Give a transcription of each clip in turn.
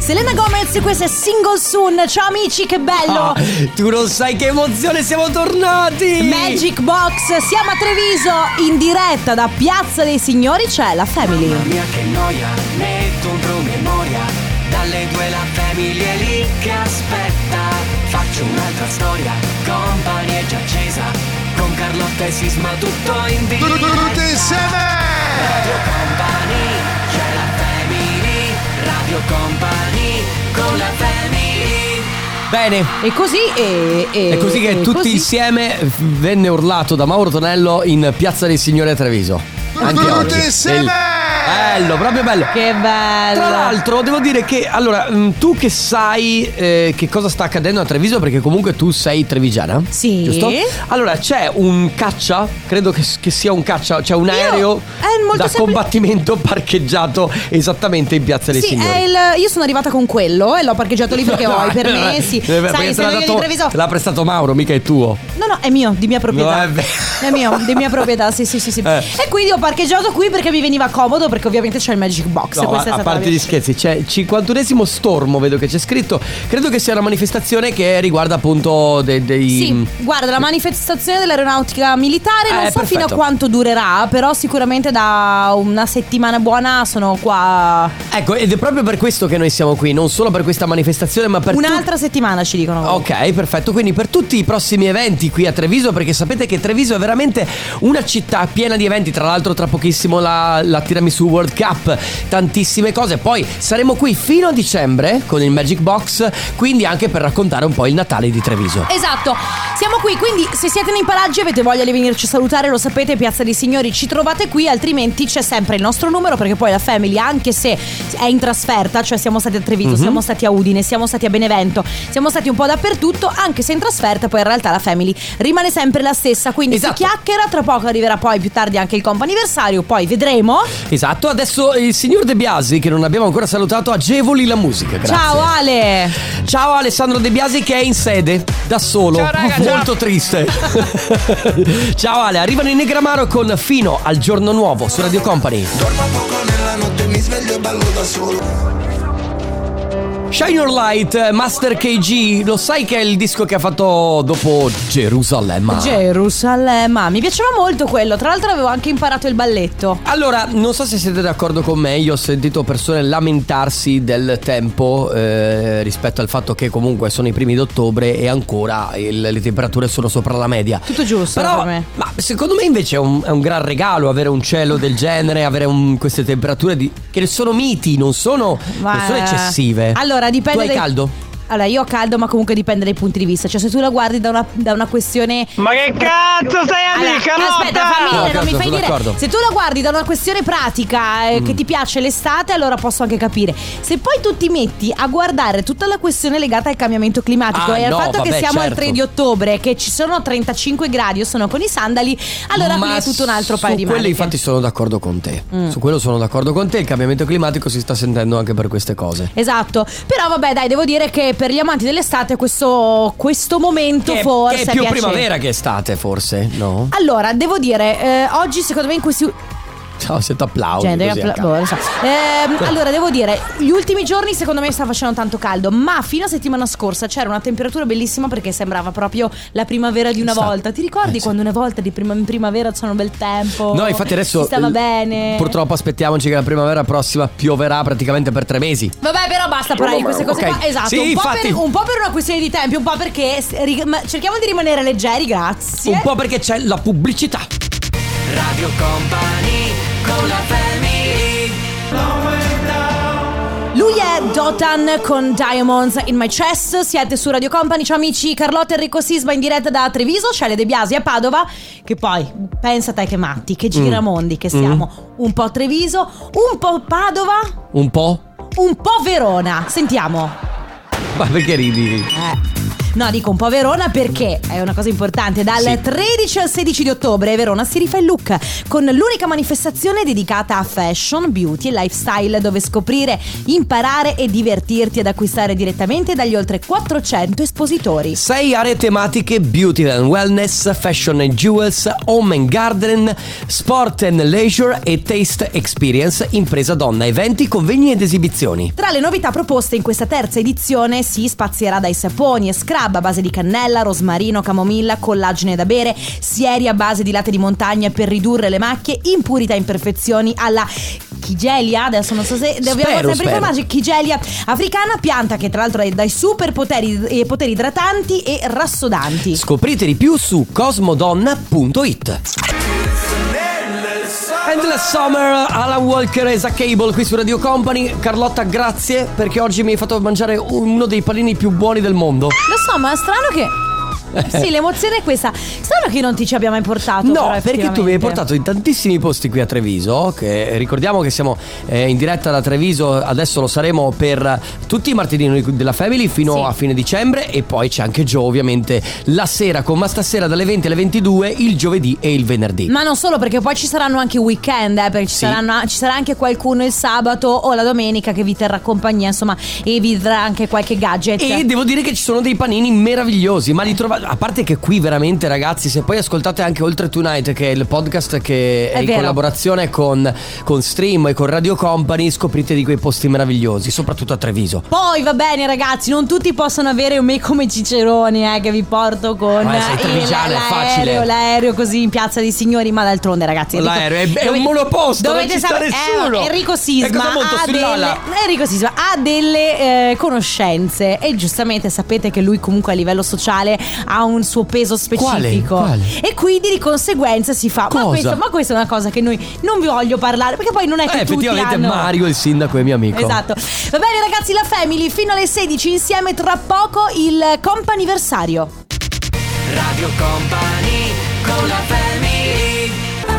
Selena Gomez, questa è Single Soon. Ciao amici, che bello. Tu non sai che emozione, siamo tornati. Magic Box, siamo a Treviso, in diretta da Piazza dei Signori. C'è la Family. Mamma mia che noia, metto un promemoria. Dalle 2 la Family è lì che aspetta. Faccio un'altra storia, Company è già accesa. Con Carlotta e Sisma tutto in diretta. Tutti insieme. Radio Company, c'è la Family. Radio Company, con la Family. Bene. E così È così che tutti così. insieme venne urlato da Mauro Tonello in Piazza dei Signori a Treviso. Anche Tutti oggi. insieme. Bello, proprio bello. Che bello. Tra l'altro devo dire che allora tu che sai che cosa sta accadendo a Treviso, perché comunque tu sei trevigiana, Sì. giusto? Allora c'è un caccia, credo che sia un caccia, c'è un aereo molto da semplice. combattimento parcheggiato esattamente in Piazza dei Sì, Signori. io sono arrivata con quello e l'ho parcheggiato lì perché ho i permessi. Sai, se io di Treviso. Te l'ha prestato Mauro, mica è tuo. No, è mio, di mia proprietà. No, è vero. È mio, di mia proprietà, sì. E quindi ho parcheggiato qui perché mi veniva comodo, perché ovviamente c'è il Magic Box. No, Questa è a stata parte la gli mia- scherzi, c'è il 51esimo stormo, vedo che c'è scritto. Credo che sia una manifestazione che riguarda appunto dei Sì, guarda, la manifestazione dell'aeronautica militare non so fino a perfetto. quanto durerà, però sicuramente da una settimana buona sono qua. Ecco, ed è proprio per questo che noi siamo qui, non solo per questa manifestazione, ma per Un'altra settimana ci dicono. Ok, perfetto, quindi per tutti i prossimi eventi qui a Treviso, perché sapete che Treviso è veramente una città piena di eventi. Tra l'altro tra pochissimo la Tiramisu World Cup, tantissime cose. Poi saremo qui fino a dicembre con il Magic Box, quindi anche per raccontare un po' il Natale di Treviso. Esatto, siamo qui, quindi se siete nei paraggi e avete voglia di venirci a salutare, lo sapete, Piazza dei Signori, ci trovate qui, altrimenti c'è sempre il nostro numero, perché poi la Family, anche se è in trasferta, cioè siamo stati a Treviso, siamo stati a Udine, siamo stati a Benevento, siamo stati un po' dappertutto, anche se in trasferta poi in realtà la Family rimane sempre la stessa, quindi Esatto. si chiacchiera, tra poco arriverà poi più tardi anche il comp'anniversario, poi vedremo. Esatto, adesso il signor De Biasi, che non abbiamo ancora salutato, agevoli la musica. Grazie. Ciao Ale. Ciao Alessandro De Biasi, che è in sede da solo. Ciao, raga, molto triste. Ciao Ale, arrivano i Negramaro con Fino al giorno nuovo su Radio Company. Dormo poco nella notte, mi sveglio e ballo da solo. Shine Your Light, Master KG. Lo sai che è il disco che ha fatto dopo Gerusalemme? Gerusalemme, mi piaceva molto quello, tra l'altro avevo anche imparato il balletto. Allora, non so se siete d'accordo con me. Io ho sentito persone lamentarsi del tempo rispetto al fatto che comunque sono i primi d'ottobre e ancora le temperature sono sopra la media. Tutto giusto. Però, per me. ma secondo me invece è un gran regalo avere un cielo del genere, avere queste temperature che sono miti, non sono eccessive. Allora, dipende. Tu hai caldo? Allora, io ho caldo, ma comunque dipende dai punti di vista. Cioè, se tu la guardi da una questione. Ma che cazzo stai a dire, Carlotta? Aspetta, fammi dire, non mi fai sono dire. d'accordo. Se tu la guardi da una questione pratica, che ti piace l'estate, allora posso anche capire. Se poi tu ti metti a guardare tutta la questione legata al cambiamento climatico e al fatto che siamo al 3 di ottobre, che ci sono 35 gradi, io sono con i sandali, allora qui è tutto un altro paio di Su quello maniche. infatti sono d'accordo con te. Su quello sono d'accordo con te. Il cambiamento climatico si sta sentendo anche per queste cose. Esatto, però vabbè dai, devo dire che per gli amanti dell'estate questo momento forse che è più piace. primavera che estate, forse, no? Allora, devo dire, oggi secondo me in questi Ciao, se t'applaudi gente, così a caso. lo so. Allora devo dire, gli ultimi giorni secondo me sta facendo tanto caldo, ma fino a settimana scorsa c'era una temperatura bellissima perché sembrava proprio la primavera di una Esatto. volta. Ti ricordi Sì. quando una volta in primavera c'era un bel tempo? No, infatti adesso si stava bene. Purtroppo aspettiamo che la primavera prossima pioverà praticamente per 3 mesi. Vabbè, però basta parlare di queste cose Ok. qua. Esatto, Sì, infatti. un po' per una questione di tempi, un po' perché cerchiamo di rimanere leggeri, grazie. Un po' perché c'è la pubblicità. Radio Company, con la Family. Lui è Dotan con Diamonds in My Chest. Siete su Radio Company, ciao amici. Carlotta Enrico Sisma in diretta da Treviso, Shelley De Biasi a Padova. Che poi, pensa te che matti, che giramondi che siamo. Un po' Treviso, un po' Padova, Un po'? un po' Verona. Sentiamo. Ma perché ridi? No, dico un po' Verona perché è una cosa importante. Dal 13 al 16 di ottobre Verona si rifà il look con l'unica manifestazione dedicata a fashion, beauty e lifestyle, dove scoprire, imparare e divertirti ad acquistare direttamente dagli oltre 400 espositori. 6 aree tematiche: beauty and wellness, fashion and jewels, home and garden, sport and leisure e taste experience, impresa donna, eventi, convegni ed esibizioni. Tra le novità proposte in questa terza edizione si spazierà dai saponi e scrub a base di cannella, rosmarino, camomilla, collagene da bere, sieri a base di latte di montagna per ridurre le macchie, impurità e imperfezioni, alla Kigelia, adesso non so se dobbiamo sempre informare, Kigelia africana, pianta che tra l'altro ha dai super poteri idratanti e rassodanti. Scoprite di più su cosmodonna.it. Endless Summer, Alan Walker e Zach Cable qui su Radio Company. Carlotta, grazie perché oggi mi hai fatto mangiare uno dei panini più buoni del mondo. Lo so, ma è strano che... Sì, l'emozione è questa. Strano che non ti ci abbia mai portato. No, però, perché tu mi hai portato in tantissimi posti qui a Treviso. Che ricordiamo che siamo in diretta da Treviso. Adesso lo saremo per tutti i martedì della Family fino a fine dicembre. E poi c'è anche Joe, ovviamente, la sera con Ma Stasera dalle 20 alle 22, il giovedì e il venerdì. Ma non solo, perché poi ci saranno anche weekend, perché ci sarà anche qualcuno il sabato o la domenica che vi terrà compagnia, insomma, e vi darà anche qualche gadget. E devo dire che ci sono dei panini meravigliosi, ma li trovate. A parte che qui veramente, ragazzi, se poi ascoltate anche Oltre Tonight, che è il podcast che è in collaborazione con Stream e con Radio Company, scoprite di quei posti meravigliosi, soprattutto a Treviso. Poi va bene, ragazzi, non tutti possono avere un me come Ciceroni, che vi porto con l'aereo così in Piazza dei Signori, ma d'altronde, ragazzi, l'aereo è un monoposto, non ci sta nessuno. Enrico Sisma ha delle conoscenze e giustamente sapete che lui comunque a livello sociale ha un suo peso specifico. Quale? E quindi di conseguenza si fa ma questa è una cosa che noi non vi voglio parlare, perché poi non è che effettivamente tutti hanno... Mario, il sindaco, è mio amico. Esatto. Va bene, ragazzi, la Family fino alle 16 insieme, tra poco il comp'anniversario. Radio Company con la Family.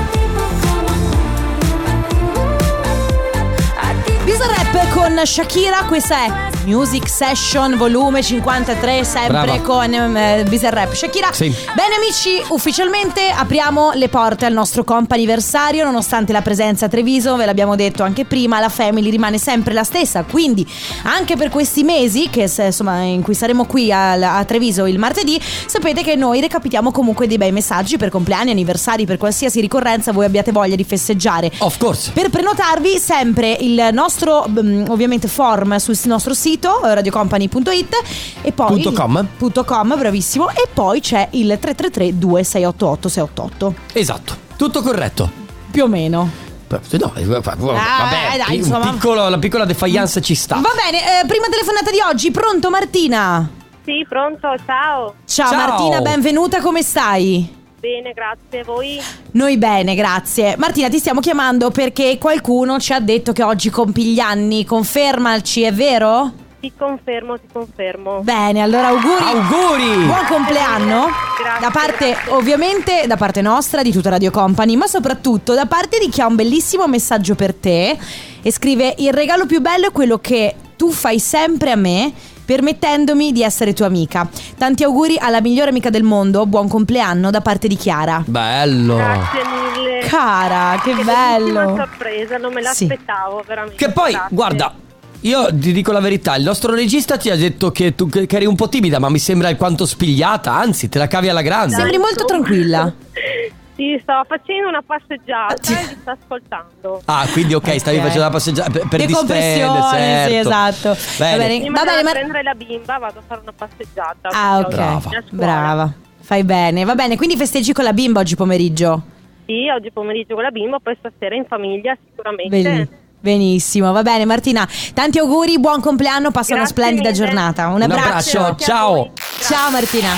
Bizarrap con Shakira, questa è Music Session volume 53, sempre con Bizarrap. Shakira. Sì. Bene amici, ufficialmente apriamo le porte al nostro comp'anniversario. Nonostante la presenza a Treviso, ve l'abbiamo detto anche prima, la Family rimane sempre la stessa. Quindi anche per questi mesi che insomma in cui saremo qui a Treviso il martedì, sapete che noi recapitiamo comunque dei bei messaggi per compleanni, anniversari, per qualsiasi ricorrenza voi abbiate voglia di festeggiare. Of course. Per prenotarvi sempre il nostro ovviamente form sul nostro sito radiocompany.it e poi .com, bravissimo, e poi c'è il 333 2688 688. Esatto, tutto corretto più o meno. No, vabbè, dai, insomma, la piccola defiance ci sta. Va bene, prima telefonata di oggi. Pronto Martina? Sì, pronto, ciao. Ciao Martina, benvenuta, come stai? Bene, grazie, voi? Noi bene, grazie. Martina, ti stiamo chiamando perché qualcuno ci ha detto che oggi compi gli anni. Confermaci, è vero? Ti confermo. Bene, allora auguri. Buon compleanno. Grazie. Ovviamente da parte nostra, di tutta Radio Company, ma soprattutto da parte di chi ha un bellissimo messaggio per te e scrive: il regalo più bello è quello che tu fai sempre a me, permettendomi di essere tua amica. Tanti auguri alla migliore amica del mondo. Buon compleanno da parte di Chiara. Bello. Grazie mille. Cara, che bello. Una sorpresa, non me l'aspettavo, veramente. Che poi, grazie. Guarda, io ti dico la verità, il nostro regista ti ha detto che tu che eri un po' timida, ma mi sembra alquanto spigliata, anzi te la cavi alla grande. Sembri molto tranquilla. Sì, stavo facendo una passeggiata e vi sto ascoltando. Ah, quindi ok, stavi facendo una passeggiata per decompressione, certo. Sì, esatto. Bene. Prima di prendere la bimba vado a fare una passeggiata. Ah, ok, brava. Fai bene, va bene, quindi festeggi con la bimba oggi pomeriggio? Sì, oggi pomeriggio con la bimba, poi stasera in famiglia sicuramente. Benissimo, va bene Martina, tanti auguri, buon compleanno, passa una splendida giornata. Un abbraccio. Ciao. Ciao Martina.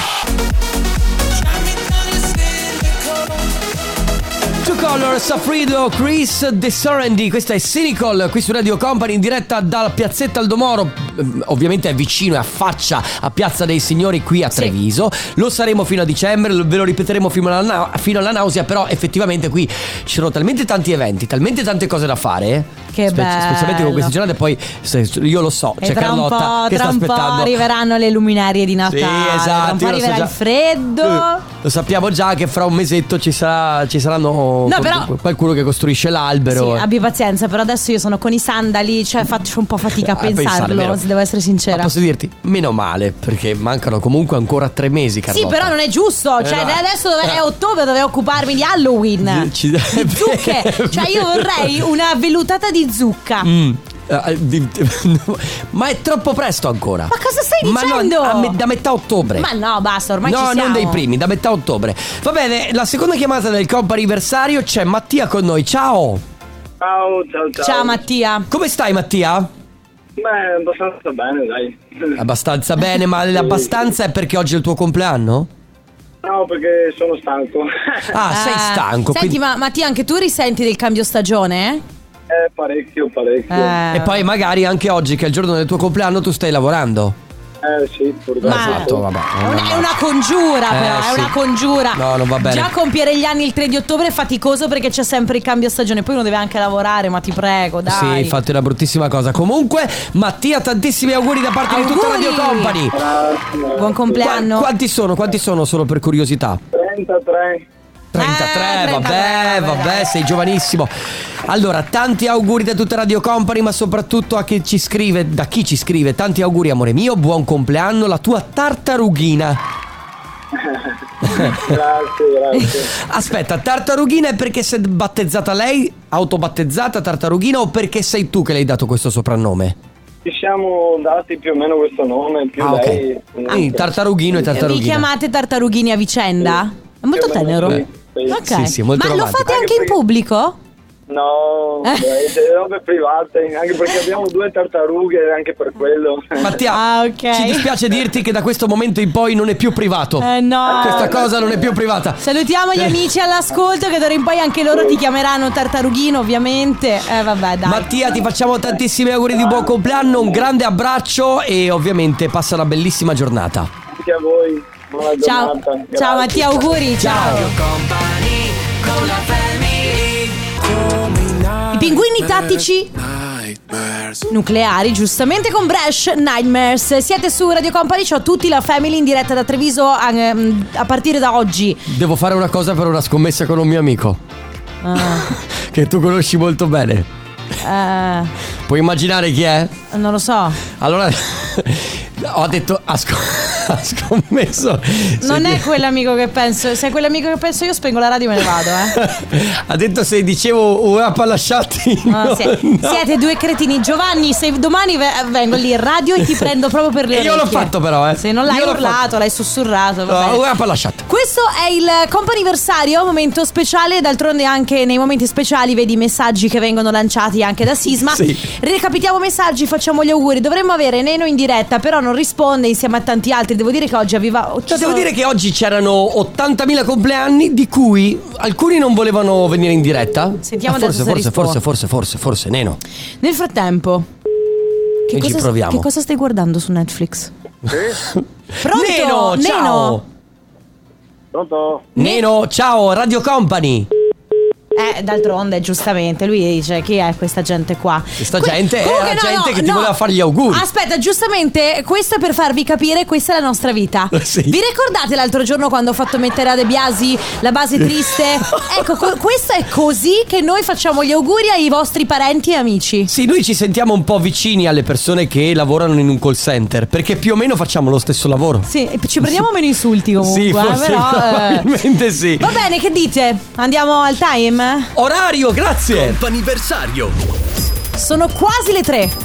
Two Colors, Afrido, Chris De Sorrendi. Questa è Cynical qui su Radio Company in diretta dalla Piazzetta Aldomoro. Ovviamente è vicino, è a faccia a Piazza dei Signori qui a Treviso. Lo saremo fino a dicembre, ve lo ripeteremo fino alla nausea. Però effettivamente qui ci sono talmente tanti eventi, talmente tante cose da fare Che bello. Specialmente con queste giornate. Poi io lo so, E c'è Carlotta che sta tra un po' aspettando. arriveranno le luminarie di Natale. Sì, esatto, Tra un po' io lo so arriverà già. il freddo. Lo sappiamo già che fra un mesetto ci saranno però- qualcuno che costruisce l'albero. Sì, abbi pazienza, però adesso io sono con i sandali, cioè faccio un po' fatica a pensare, pensarlo, vero. se devo essere sincera. Ma posso dirti, meno male, perché mancano comunque ancora 3 mesi, Carlotta. Sì, però non è giusto. Cioè, no. adesso è ottobre, dovevo occuparmi di Halloween. Ci- Di zucche. Cioè, io vorrei una vellutata di zucca. Ma è troppo presto ancora. Ma cosa stai Ma dicendo? no, da metà ottobre. Ma no, basta, ormai ci No, siamo. non dei primi, da metà ottobre. Va bene, la seconda chiamata del comp anniversario c'è Mattia con noi. Ciao. Ciao. Ciao Mattia. Come stai, Mattia? Beh, abbastanza bene, dai. Abbastanza bene, ma l'abbastanza è perché oggi è il tuo compleanno? No, perché sono stanco. Ah, sei stanco. Senti, quindi- ma Mattia, anche tu risenti del cambio stagione? Parecchio. E poi magari anche oggi, che è il giorno del tuo compleanno, tu stai lavorando. Sì, purtroppo. Ma Esatto, vabbè. è una congiura, però, sì. è una congiura. No, non va bene. Già compiere gli anni il 3 di ottobre è faticoso perché c'è sempre il cambio stagione. Poi uno deve anche lavorare, ma ti prego, dai. Sì, infatti è una bruttissima cosa. Comunque, Mattia, tantissimi auguri da parte di tutta Auguri! Radio Company. Grazie. Buon compleanno. Quanti sono solo per curiosità? 33. 33, 33, vabbè, sei giovanissimo. Allora, tanti auguri da tutta Radio Company, ma soprattutto a chi ci scrive, tanti auguri amore mio, buon compleanno, la tua tartarughina. Grazie. Aspetta, tartarughina è perché sei battezzata lei, autobattezzata tartarughina, o perché sei tu che le hai dato questo soprannome? Ci siamo dati più o meno questo nome, più Ah, ok. lei. Quindi tartarughino e Vi tartarughina. chiamate tartarughini a vicenda? È molto Più o meno tenero. sì. Ok. Sì, molto Ma lo romantico. fate anche in pubblico? No, delle robe private, anche perché abbiamo 2 tartarughe, anche per quello. Mattia, Ah, ok. ci dispiace dirti che da questo momento in poi non è più privato. No. Questa cosa non è più privata. Salutiamo gli amici all'ascolto che d'ora in poi anche loro ti chiameranno tartarughino, ovviamente. Vabbè, dai. Mattia, ti facciamo tantissimi auguri di buon compleanno, un grande abbraccio e ovviamente passa una bellissima giornata. Anche a voi. Buona Ciao. giornata. Ciao Grazie. Mattia, auguri. Ciao. Company con la family. I pinguini tattici nucleari, giustamente, con Brash Nightmares. Siete su Radio Company, ciao a tutti, la family in diretta da Treviso a partire da oggi. Devo fare una cosa per una scommessa con un mio amico che tu conosci molto bene. Puoi immaginare chi è? Non lo so. Allora ho detto ha scommesso. Non è quell'amico che penso. Se è quell'amico che penso io, spengo la radio e me ne vado, Ha detto se dicevo una palasciati. No, siete due cretini. Giovanni, se domani vengo lì in radio e ti prendo proprio per le E orecchie. io l'ho fatto però, Se non l'hai Io l'ho urlato, fatto. l'hai sussurrato, va bene. Una palasciata. Questo è il comp'anniversario, momento speciale. D'altronde anche nei momenti speciali vedi i messaggi che vengono lanciati anche da Sisma. Sì. Recapitiamo messaggi, facciamo gli auguri. Dovremmo avere Neno in diretta, però non risponde insieme a tanti altri. Devo dire che oggi aveva... Devo dire che oggi c'erano 80.000 compleanni, di cui alcuni non volevano venire in diretta. Sentiamo Ma adesso se risponde. forse Neno. Nel frattempo, E ci proviamo. che cosa stai guardando su Netflix? Pronto? Neno, ciao. Pronto? Neno, ciao, Radio Company. D'altronde, giustamente, lui dice: chi è questa gente qua? Questa gente è la gente che ti voleva fare gli auguri. Aspetta, giustamente, questo è per farvi capire, questa è la nostra vita. Sì. Vi ricordate l'altro giorno quando ho fatto mettere a De Biasi la base triste? Ecco, questo è così che noi facciamo gli auguri ai vostri parenti e amici. Sì, noi ci sentiamo un po' vicini alle persone che lavorano in un call center, perché più o meno facciamo lo stesso lavoro. Sì, ci prendiamo meno insulti comunque. Sì, forse però, probabilmente sì. Va bene, che dite? Andiamo al time? Orario, grazie. Comp'anniversario. Sono quasi le 3.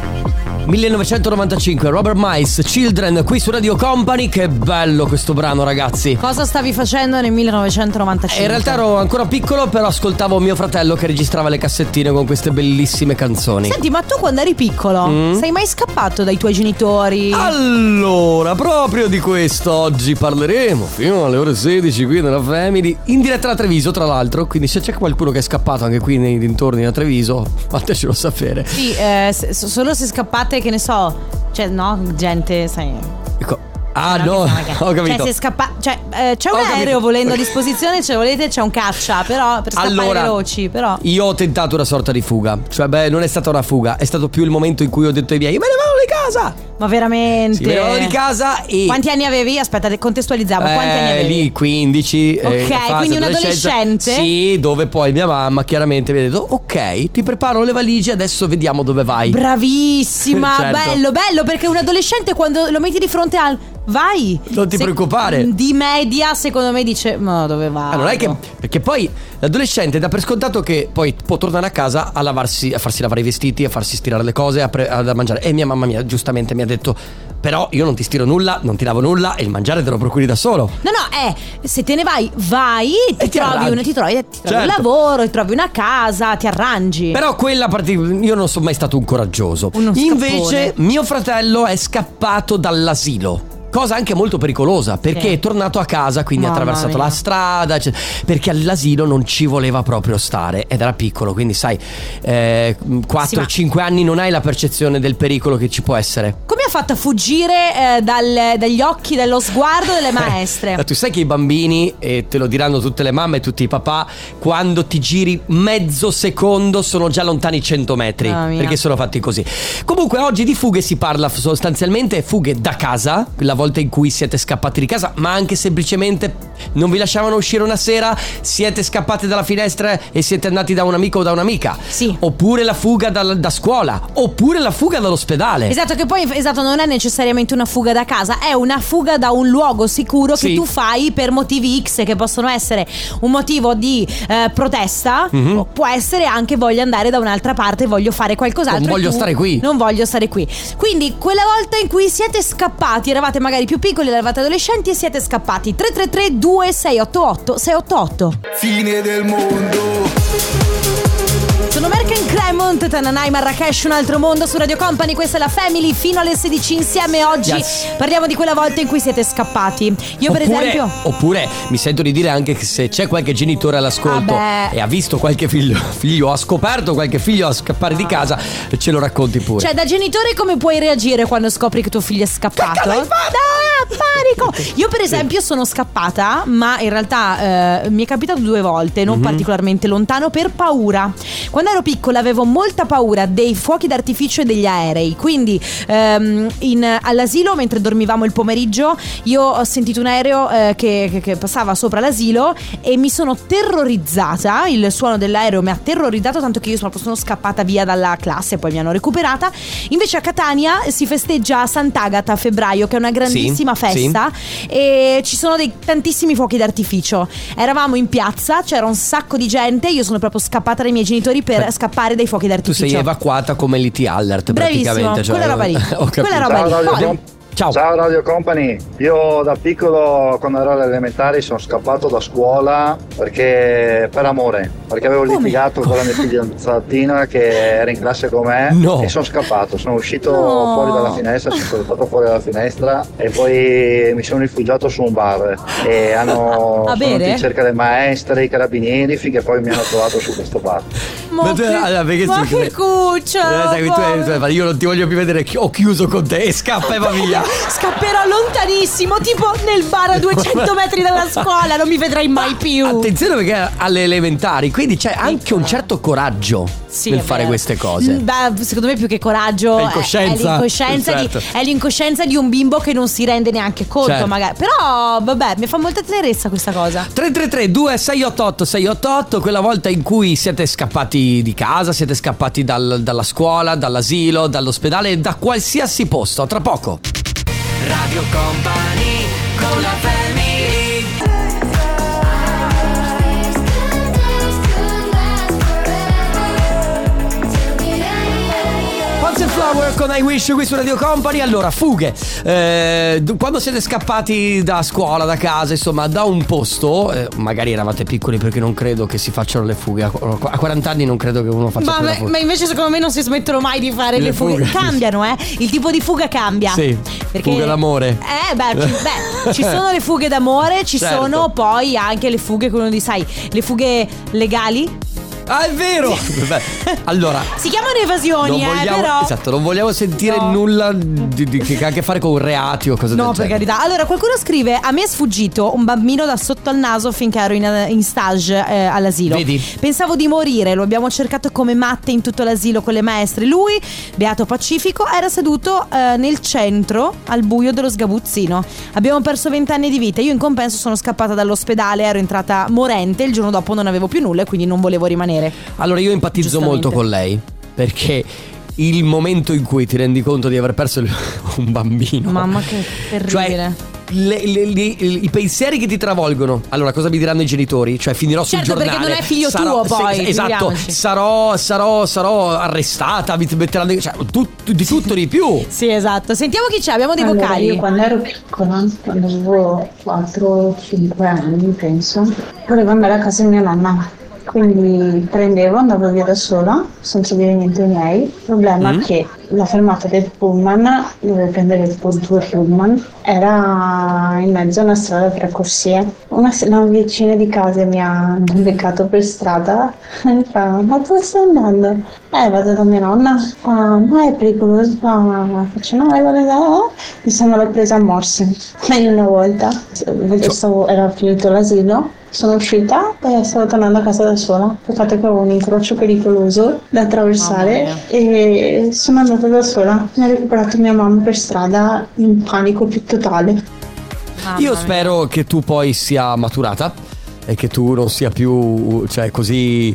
1995, Robert Miles, Children, qui su Radio Company. Che bello questo brano, ragazzi. Cosa stavi facendo nel 1995? In realtà ero ancora piccolo, però ascoltavo mio fratello che registrava le cassettine con queste bellissime canzoni. Senti, ma tu quando eri piccolo sei mai scappato dai tuoi genitori? Allora, proprio di questo oggi parleremo fino alle ore 16 qui nella Family, in diretta da Treviso tra l'altro, quindi se c'è qualcuno che è scappato anche qui nei dintorni da Treviso, fatecelo sapere. Sì, solo se scappate, che ne so, cioè no, gente, sai. Ecco, Ah, no, ho capito. Cioè, se scappa, c'è un Ho capito. aereo volendo a disposizione, se volete c'è un caccia, però per scappare veloci, però. Io ho tentato una sorta di fuga. Cioè, non è stata una fuga, è stato più il momento in cui ho detto ai miei: me ne vado di casa. Ma veramente? Sì, me ne vado di casa e... Quanti anni avevi? Aspetta, contestualizziamo. Quanti anni avevi? Lì 15. Ok, quindi un adolescente? Sì, dove poi mia mamma chiaramente mi ha detto: ok, ti preparo le valigie, adesso vediamo dove vai. Bravissima, Certo. bello, perché un adolescente quando lo metti di fronte al vai, Non ti preoccupare. Di media secondo me dice: ma dove vai? Non è che, perché poi l'adolescente dà per scontato che poi può tornare a casa a lavarsi, a farsi lavare i vestiti, a farsi stirare le cose, a mangiare. E mia mamma giustamente mi ha detto: però io non ti stiro nulla, non ti lavo nulla e il mangiare te lo procuri da solo. No, se te ne vai, ti trovi un Certo. lavoro, ti trovi una casa, ti arrangi. Però quella io non sono mai stato un coraggioso. Uno Invece scappone. mio fratello è scappato dall'asilo. Cosa anche molto pericolosa, perché Sì. è tornato a casa, quindi ha Mamma attraversato mia. la strada, perché all'asilo non ci voleva proprio stare ed era piccolo, quindi sai, 4-5 anni non hai la percezione del pericolo che ci può essere. Come ha fatto a fuggire dagli occhi, dallo sguardo delle maestre? Tu sai che i bambini, e te lo diranno tutte le mamme e tutti i papà, quando ti giri mezzo secondo sono già lontani 100 metri, Mamma mia. perché sono fatti così. Comunque oggi di fughe si parla sostanzialmente fughe da casa, la volta in cui siete scappati di casa, ma anche semplicemente non vi lasciavano uscire una sera, siete scappati dalla finestra e siete andati da un amico o da un'amica. Sì. Oppure la fuga da scuola, oppure la fuga dall'ospedale. Esatto, che poi non è necessariamente una fuga da casa, è una fuga da un luogo sicuro che Sì. tu fai per motivi X, che possono essere un motivo di protesta, o può essere anche voglio andare da un'altra parte, voglio fare qualcos'altro. Non voglio e tu stare qui. Non voglio stare qui. Quindi quella volta in cui siete scappati, eravate magari più piccoli, eravate adolescenti e siete scappati. 333 2688 688. Fine del mondo. Sono Merken Cremont, Tananai, Marrakesh, un altro mondo su Radio Company. Questa è la Family fino alle 16 insieme. Oggi parliamo di quella volta in cui siete scappati. Io per esempio. Oppure mi sento di dire anche che se c'è qualche genitore all'ascolto e ha visto qualche figlio ha scoperto qualche figlio a scappare di casa, ce lo racconti pure. Cioè, da genitore come puoi reagire quando scopri che tuo figlio è scappato? Panico! Io per esempio sono scappata, ma in realtà mi è capitato 2 volte, non particolarmente lontano, per paura. Quando ero piccola avevo molta paura dei fuochi d'artificio e degli aerei. Quindi all'asilo, mentre dormivamo il pomeriggio, io ho sentito un aereo che passava sopra l'asilo e mi sono terrorizzata. Il suono dell'aereo mi ha terrorizzato tanto che io sono scappata via dalla classe, poi mi hanno recuperata. Invece a Catania si festeggia Sant'Agata a febbraio, che è una grandissima festa, e ci sono tantissimi fuochi d'artificio. Eravamo in piazza, c'era un sacco di gente, io sono proprio scappata dai miei genitori per scappare dai fuochi Tu d'artificio. sei evacuata come l'E.T. Alert. Bravissimo, praticamente, cioè, quella roba lì. ho capito. Quella roba lì. Poi- Ciao. Ciao Radio Company, io da piccolo quando ero alle elementari sono scappato da scuola per amore, perché avevo litigato con la mia fidanzatina che era in classe con me. No. E sono scappato, sono uscito No. fuori dalla finestra, sono saltato fuori dalla finestra e poi mi sono rifugiato su un bar e A sono bere? venuti in cerca delle maestre, i carabinieri, finché poi mi hanno trovato su questo bar. Ma che cuccia! Io non ti voglio più vedere, ho chiuso con te e scappa e va via. Scapperò lontanissimo, tipo nel bar a 200 metri dalla scuola, non mi vedrai mai più. Attenzione perché alle elementari, quindi c'è anche un certo coraggio Sì, nel è fare vero. queste cose. Beh, secondo me più che coraggio È incoscienza. l'incoscienza, Certo. è l'incoscienza di un bimbo che non si rende neanche conto, Certo. magari. Però vabbè, mi fa molta tenerezza questa cosa. 333 2688 688, quella volta in cui siete scappati di casa, siete scappati dalla scuola, dall'asilo, dall'ospedale, da qualsiasi posto. Tra poco. Radio Company con la Family. Pulse Flower con I Wish qui su Radio Company. Allora, fughe. Quando siete scappati da scuola, da casa, insomma, da un posto, magari eravate piccoli perché non credo che si facciano le fughe. A 40 anni non credo che uno faccia più la fuga. Ma invece secondo me non si smettono mai di fare le fughe. fughe. Cambiano, il tipo di fuga cambia. Sì, fuga d'amore. Ci sono le fughe d'amore, ci Certo. sono poi anche le fughe, come di sai, le fughe legali. Ah, è vero. Beh, allora, si chiamano evasioni, però. Esatto, non vogliamo sentire nulla che ha a che fare con reati o cose del genere. No, per carità. Allora, qualcuno scrive: a me è sfuggito un bambino da sotto al naso finché ero in stage all'asilo. Vedi? Pensavo di morire, lo abbiamo cercato come matte in tutto l'asilo con le maestre. Lui, beato pacifico, era seduto nel centro al buio dello sgabuzzino. Abbiamo perso 20 anni di vita. Io in compenso sono scappata dall'ospedale, ero entrata morente, il giorno dopo non avevo più nulla e quindi non volevo rimanere. Allora io empatizzo molto con lei, perché il momento in cui ti rendi conto di aver perso un bambino, mamma, che terribile. Cioè, i pensieri che ti travolgono. Allora, cosa mi diranno i genitori? Cioè, finirò sul giornale. Perché non è figlio tuo, poi. Esatto. Sarò arrestata. Mi metteranno, cioè, di tutto di più. Sì, esatto. Sentiamo chi c'è. Abbiamo dei vocali. Io quando ero piccola, quando avevo 4-5 anni, penso, volevo andare a casa di mia nonna. Quindi andavo via da sola, senza dire niente ai miei. Il problema è che la fermata del pullman, dovevo prendere il 2 pullman, era in mezzo a una strada a 3 corsie. Una vicina di casa mi ha beccato per strada e mi fa: ma dove stai andando? Vado da mia nonna. Ma è pericoloso? Faccio no, vado da... Mi sono presa a morse. Una volta era finito l'asilo. Sono uscita e stavo tornando a casa da sola. Peccato che avevo un incrocio pericoloso da attraversare e sono andata da sola. Mi ha recuperato mia mamma per strada in panico più totale. Io spero che tu poi sia maturata e che tu non sia più, cioè, così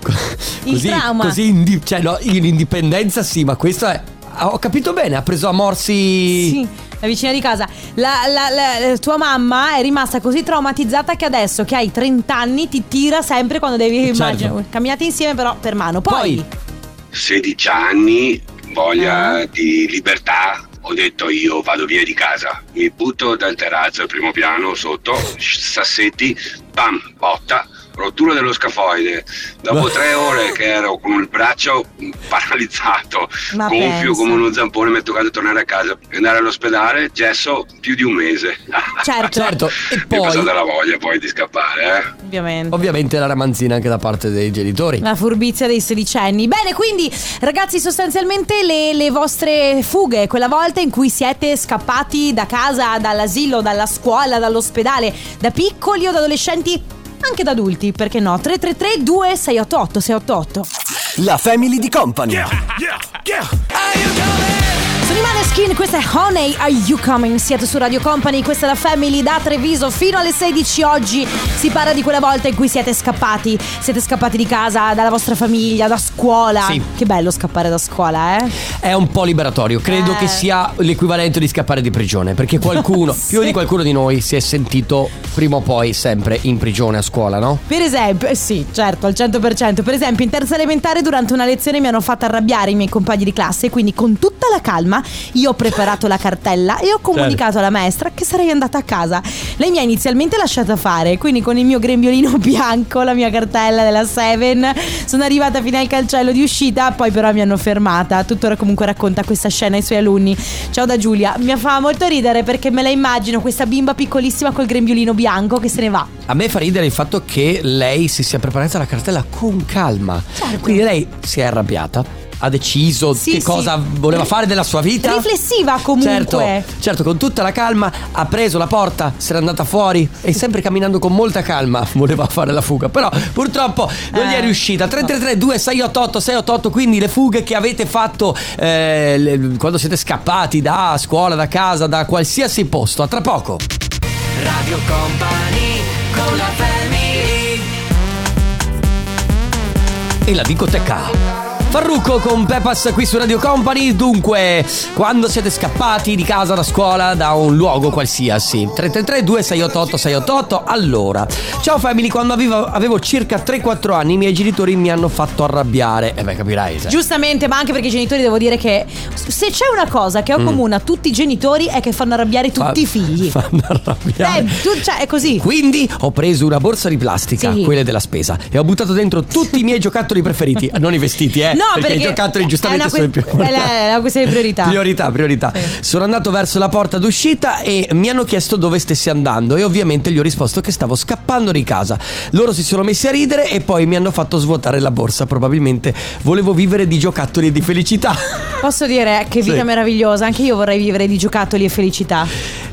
cioè, no, in indipendenza sì, ma questo è, ho capito bene, ha preso a morsi. Sì, la vicina di casa. La tua mamma è rimasta così traumatizzata che adesso che hai 30 anni ti tira sempre quando devi, immagino, camminate insieme però per mano. Poi 16 anni, voglia di libertà. Ho detto io vado via di casa, mi butto dal terrazzo al primo piano sotto, sassetti, bam, botta, rottura dello scafoide. Dopo 3 ore che ero con il braccio paralizzato, gonfio come uno zampone, mi è toccato tornare a casa e andare all'ospedale, gesso più di un mese. Certo. E mi è poi passata la voglia poi di scappare, Ovviamente la ramanzina anche da parte dei genitori. La furbizia dei sedicenni. Bene, quindi ragazzi, sostanzialmente le vostre fughe, quella volta in cui siete scappati da casa, dall'asilo, dalla scuola, dall'ospedale, da piccoli o da adolescenti, anche da adulti, perché no? 333 2688 688. La Family di Company. Sono i Maneskin, questa è Honey, Are You Coming? Siete su Radio Company, questa è la Family da Treviso fino alle 16. Oggi si parla di quella volta in cui siete scappati di casa, dalla vostra famiglia, da scuola. Sì. Che bello scappare da scuola, È un po' liberatorio, credo che sia l'equivalente di scappare di prigione, perché qualcuno, più di qualcuno di noi si è sentito prima o poi sempre in prigione a scuola, no? Per esempio, sì, certo, al 100%. Per esempio, in terza elementare durante una lezione mi hanno fatto arrabbiare i miei compagni di classe, quindi con tutta la calma io ho preparato la cartella e ho comunicato alla maestra che sarei andata a casa. Lei mi ha inizialmente lasciata fare, quindi con il mio grembiolino bianco, la mia cartella della Seven, sono arrivata fino al cancello di uscita, poi però mi hanno fermata. Tuttora comunque racconta questa scena ai suoi alunni. Ciao da Giulia. Mi fa molto ridere perché me la immagino questa bimba piccolissima col grembiolino bianco che se ne va. A me fa ridere il fatto che lei si sia preparata la cartella con calma. Certo. Quindi lei si è arrabbiata, ha deciso cosa voleva fare della sua vita. Riflessiva comunque. Certo, con tutta la calma ha preso la porta, si era andata fuori e sempre camminando con molta calma voleva fare la fuga, però purtroppo non gli è riuscita. 333 2688 688, quindi le fughe che avete fatto quando siete scappati da scuola, da casa, da qualsiasi posto. A tra poco. Radio Company con la Family. E la discoteca. Farruko con Pepas qui su Radio Company. Dunque, quando siete scappati di casa, da scuola, da un luogo qualsiasi, 333 2688 688. Allora, ciao Family, quando avevo circa 3-4 anni i miei genitori mi hanno fatto arrabbiare. Capirai. Giustamente, ma anche perché i genitori, devo dire che se c'è una cosa che accomuna tutti i genitori è che fanno arrabbiare tutti i figli. Fanno arrabbiare. Cioè, è così. Quindi ho preso una borsa di plastica, quelle della spesa, e ho buttato dentro tutti i miei giocattoli preferiti. Non i vestiti, perché i giocattoli giustamente sono più è una questione di priorità. Priorità. Sì. Sono andato verso la porta d'uscita e mi hanno chiesto dove stessi andando e ovviamente gli ho risposto che stavo scappando di casa. Loro si sono messi a ridere e poi mi hanno fatto svuotare la borsa. Probabilmente volevo vivere di giocattoli e di felicità. Posso dire che vita meravigliosa. Anche io vorrei vivere di giocattoli e felicità.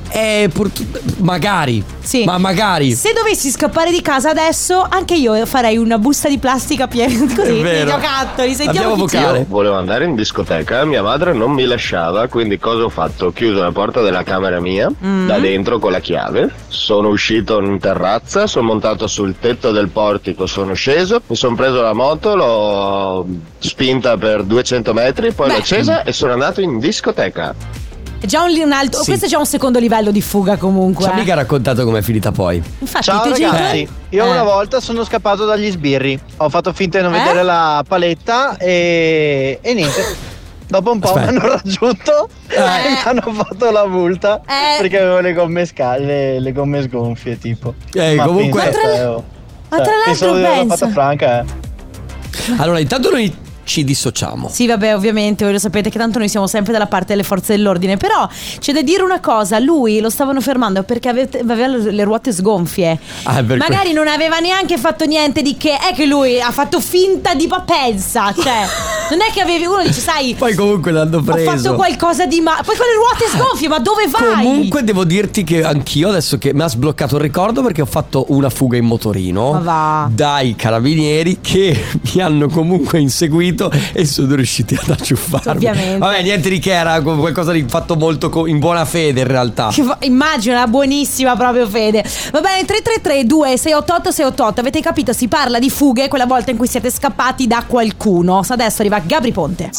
Magari. Sì. Ma magari. Se dovessi scappare di casa adesso, anche io farei una busta di plastica piena così di giocattoli. Sentiamo chi c'è. Io volevo andare in discoteca, mia madre non mi lasciava, quindi cosa ho fatto? Ho chiuso la porta della camera mia da dentro con la chiave, sono uscito in terrazza, sono montato sul tetto del portico, sono sceso, mi sono preso la moto, l'ho spinta per 200 metri, poi l'ho accesa e sono andato in discoteca. È già un alto, questo è già un secondo livello di fuga comunque. Ci ha mica raccontato com'è finita poi. Infatti, ciao ragazzi, io una volta sono scappato dagli sbirri. Ho fatto finta di non vedere la paletta e niente. Dopo un po' mi hanno raggiunto e mi hanno fatto la multa perché avevo le gomme sgonfie tipo. Comunque ma tra l'altro l'ho fatta franca. Allora intanto noi ci dissociamo. Sì, vabbè, ovviamente voi lo sapete che tanto noi siamo sempre dalla parte delle forze dell'ordine. Però c'è da dire una cosa: lui lo stavano fermando perché aveva le ruote sgonfie. Magari non aveva neanche fatto niente di che. È che lui ha fatto finta di pensa. Cioè non è che uno dice sai, poi comunque l'hanno preso, ho fatto qualcosa di poi con le ruote sgonfie, ma dove vai? Comunque devo dirti che anch'io adesso che mi ha sbloccato il ricordo, perché ho fatto una fuga in motorino dai carabinieri che mi hanno comunque inseguito e sono riusciti ad acciuffarmi. Ovviamente. Vabbè, niente di che, era qualcosa di fatto molto in buona fede in realtà. Immagino, una buonissima proprio fede. Va bene, 333-2688-688. Avete capito? Si parla di fughe, quella volta in cui siete scappati da qualcuno. Adesso arriva Gabri Ponte.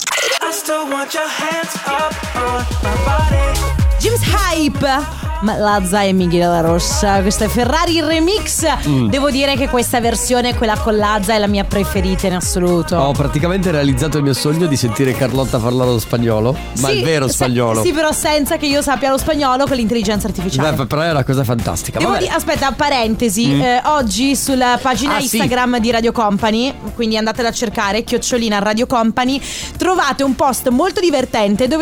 James Hype, Lazza e Miguel La Rossa. Questa è Ferrari Remix. Devo dire che questa versione, quella con Lazza, è la mia preferita in assoluto. Ho praticamente realizzato il mio sogno di sentire Carlotta parlare lo spagnolo. Ma il vero spagnolo. Sì, però senza che io sappia lo spagnolo, con l'intelligenza artificiale. Beh, però è una cosa fantastica. Aspetta, parentesi. Oggi sulla pagina Instagram di Radio Company, quindi andatela a cercare, @Radio Company, trovate un post molto divertente dove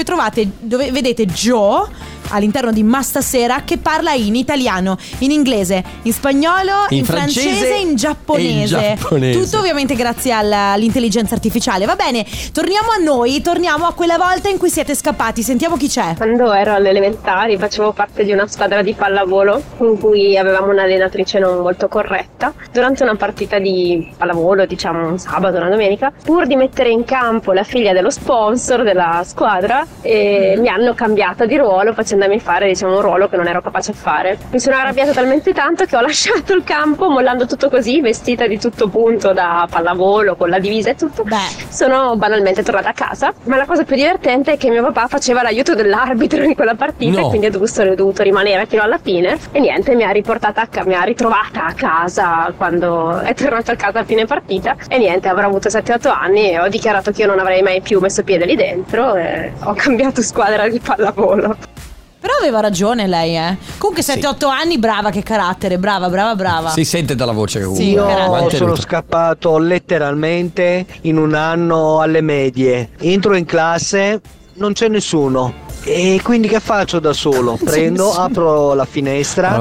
vedete Joe all'interno di Ma Stasera che parla in italiano, in inglese, in spagnolo, in francese e in giapponese. Tutto ovviamente grazie all'intelligenza artificiale. Va bene, torniamo a noi, torniamo a quella volta in cui siete scappati. Sentiamo chi c'è. Quando ero alle elementari facevo parte di una squadra di pallavolo in cui avevamo un'allenatrice non molto corretta. Durante una partita di pallavolo, diciamo un sabato, una domenica, pur di mettere in campo la figlia dello sponsor della squadra, mi hanno cambiata di ruolo facendomi fare, diciamo, un ruolo che non ero capace a fare. Mi sono arrabbiata talmente tanto che ho lasciato il campo, mollando tutto così, vestita di tutto punto da pallavolo, con la divisa e tutto. Sono banalmente tornata a casa, ma la cosa più divertente è che mio papà faceva l'aiuto dell'arbitro in quella partita, e quindi ho dovuto rimanere fino alla fine e niente, mi ha ritrovata a casa quando è tornato a casa a fine partita e niente, avrò avuto 7-8 anni e ho dichiarato che io non avrei mai più messo piede lì dentro e ho cambiato squadra di pallavolo. Però aveva ragione lei, Comunque 7-8 anni, brava, che carattere, brava. Si sente dalla voce che comunque. Io sono scappato letteralmente in un anno alle medie. Entro in classe, non c'è nessuno. E quindi che faccio da solo? Apro la finestra,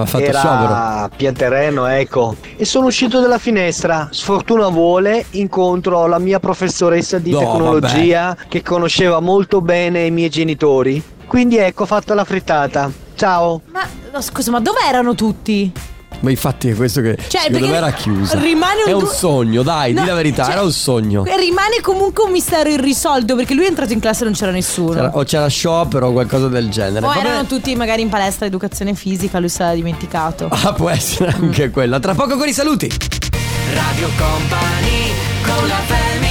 era pianterreno, ecco. E sono uscito dalla finestra, sfortuna vuole, incontro la mia professoressa di tecnologia che conosceva molto bene i miei genitori. Quindi ecco, ho fatto la frittata. Ciao. Ma scusa, ma dove erano tutti? Ma infatti è questo che secondo me era chiusa. Rimane un sogno, dai, di la verità, era un sogno. Rimane comunque un mistero irrisolto, perché lui è entrato in classe e non c'era nessuno. C'era sciopero o qualcosa del genere. O erano tutti magari in palestra educazione fisica, lui si era dimenticato. Può essere anche quella. Tra poco con i saluti. Radio Company con la family.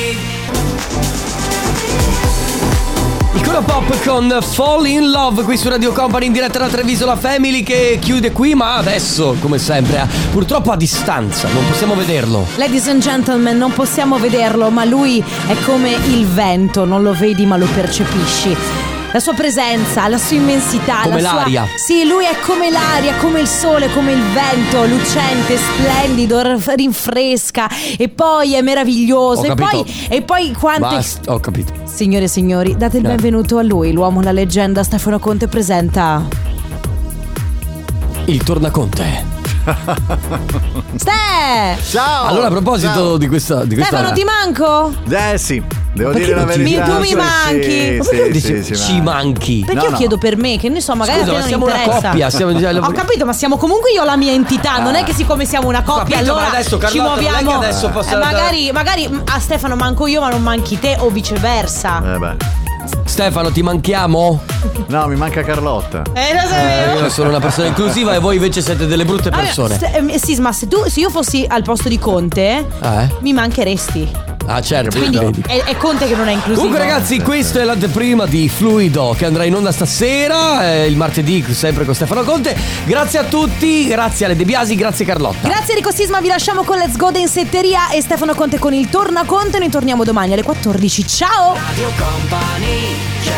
Nicola Pop con Fall in Love qui su Radio Company in diretta da Treviso, la Family che chiude qui, ma adesso come sempre purtroppo a distanza, non possiamo vederlo. Ladies and gentlemen, non possiamo vederlo, ma lui è come il vento, non lo vedi ma lo percepisci. la sua presenza, la sua immensità, come l'aria. Sì, lui è come l'aria, come il sole, come il vento, lucente, splendido, rinfresca e poi è meraviglioso. E poi quante. Basta, ho capito. Signore e signori, date il benvenuto a lui, l'uomo, la leggenda. Stefano Conte presenta il Tornaconte. Ciao. Allora, a proposito di questa Stefano, ti manco? Sì, devo dire la verità. Tu mi manchi. Ma perché dici ci manchi? Perché io chiedo per me, che ne so, magari Scusa, a te non siamo interessa. una coppia, Ho capito, ma siamo comunque io la mia entità. Non è che siccome siamo una coppia, capito, allora ma adesso, ci Carlotta, muoviamo. non è che adesso posso magari a Stefano manco io, ma non manchi te, o viceversa. Stefano, ti manchiamo? No, mi manca Carlotta. Lo sapevo. Io sono una persona inclusiva e voi invece siete delle brutte persone. Sì, ma se io fossi al posto di Conte, mi mancheresti. Ah, certo. Quindi è Conte che non è inclusivo. Comunque, ragazzi, questa è l'anteprima di Fluido che andrà in onda stasera, il martedì, sempre con Stefano Conte. Grazie a tutti, grazie alle De Biasi, grazie Carlotta. Grazie Enrico Sisma, vi lasciamo con Let's Go Densetteria e Stefano Conte con il Tornaconte. Noi torniamo domani alle 14. Ciao. Radio Company.